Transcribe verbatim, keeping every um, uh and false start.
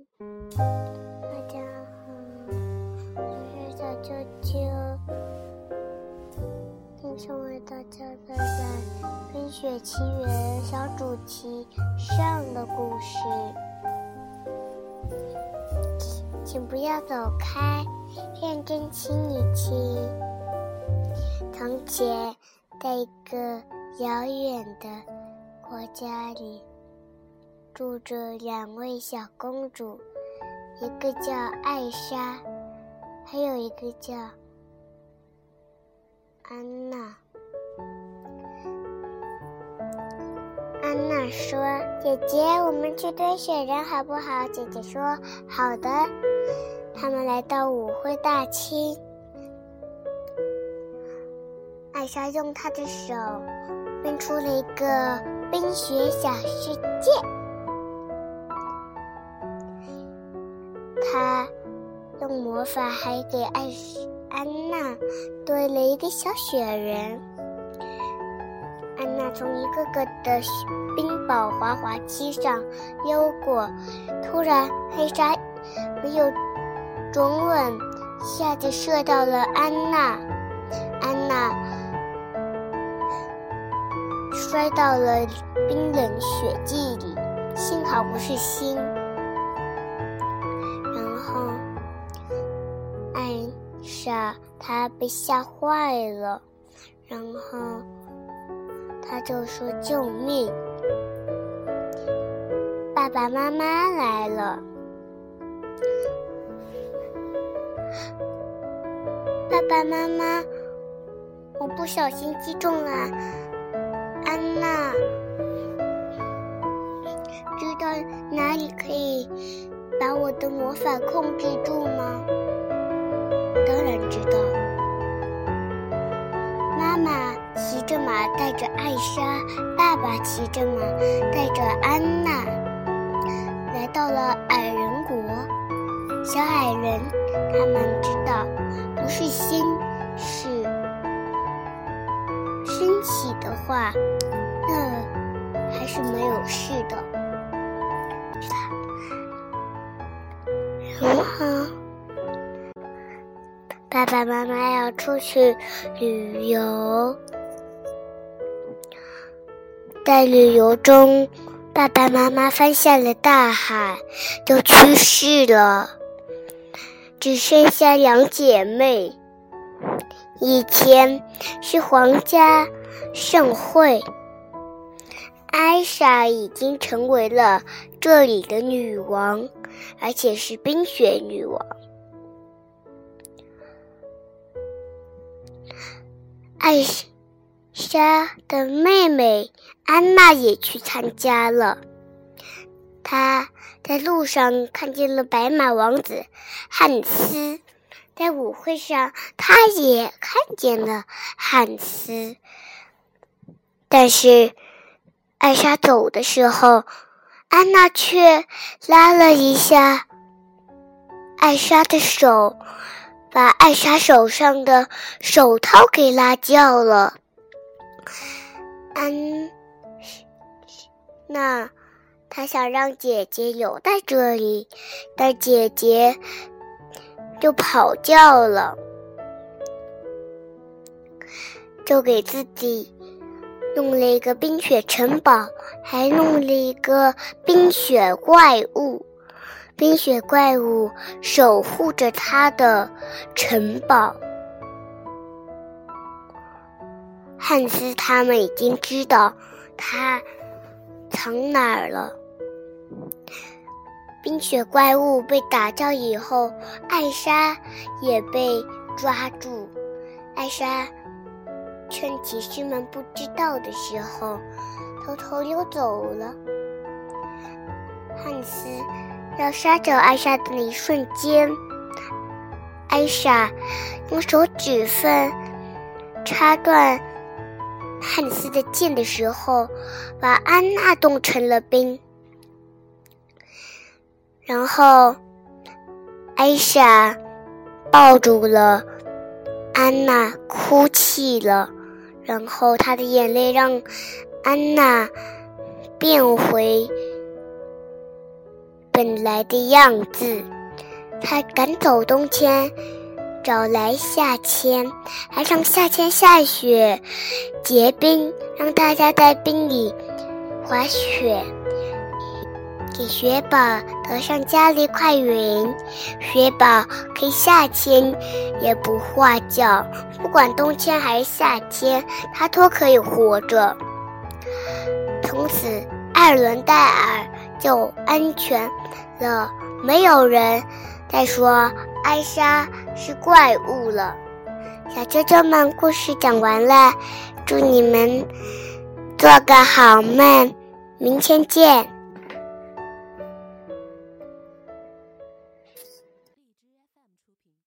大家好，我是小秋秋，今天为大家带来《冰雪奇缘》小主题上的故事。请不要走开，认真听一听。从前，在一个遥远的国家里，住着两位小公主，一个叫艾莎，还有一个叫安娜。安娜说：“姐姐，我们去堆雪人好不好？”姐姐说：“好的。”他们来到舞会大厅，艾莎用她的手编出了一个冰雪小世界。她用魔法还给艾安娜堆了一个小雪人。安娜从一个个的冰雹滑滑梯上溜过，突然艾莎没有准稳，一下子射到了安娜。安娜摔到了冰冷雪地里，幸好不是心。然后艾莎她被吓坏了，然后她就说：“救命！爸爸妈妈来了。”爸爸妈妈，我不小心击中了安娜，知道哪里可以把我的魔法控制住吗？当然知道。妈妈骑着马带着艾莎，爸爸骑着马带着安娜，来到了矮人国。小矮人他们知道，不是心，是升起的话，那还是没有事的。然后爸爸妈妈要出去旅游，在旅游中，爸爸妈妈翻下了大海，就去世了。只剩下两姐妹。一天是皇家盛会，艾莎已经成为了这里的女王，而且是冰雪女王。艾莎的妹妹安娜也去参加了。她在路上看见了白马王子汉斯，在舞会上她也看见了汉斯。但是艾莎走的时候，安娜却拉了一下艾莎的手，把艾莎手上的手套给拉掉了。安娜她想让姐姐留在这里，但姐姐就跑掉了，就给自己弄了一个冰雪城堡，还弄了一个冰雪怪物。冰雪怪物守护着她的城堡。汉斯他们已经知道他藏哪儿了。冰雪怪物被打掉以后，艾莎也被抓住。艾莎趁骑士们不知道的时候，偷偷溜走了。汉斯要杀掉艾莎的那一瞬间，艾莎用手指缝插断汉斯的剑的时候，把安娜冻成了冰。然后艾莎抱住了安娜，哭泣了。然后她的眼泪让安娜变回本来的样子。他赶走冬天，找来夏天，还让夏天下雪结冰，让大家在冰里滑雪，给雪宝得上加了一块云。雪宝可以夏天也不化觉，不管冬天还是夏天，它都可以活着。从此艾伦戴尔就安全了，没有人再说艾莎是怪物了。小啾啾们，故事讲完了，祝你们做个好梦，明天见。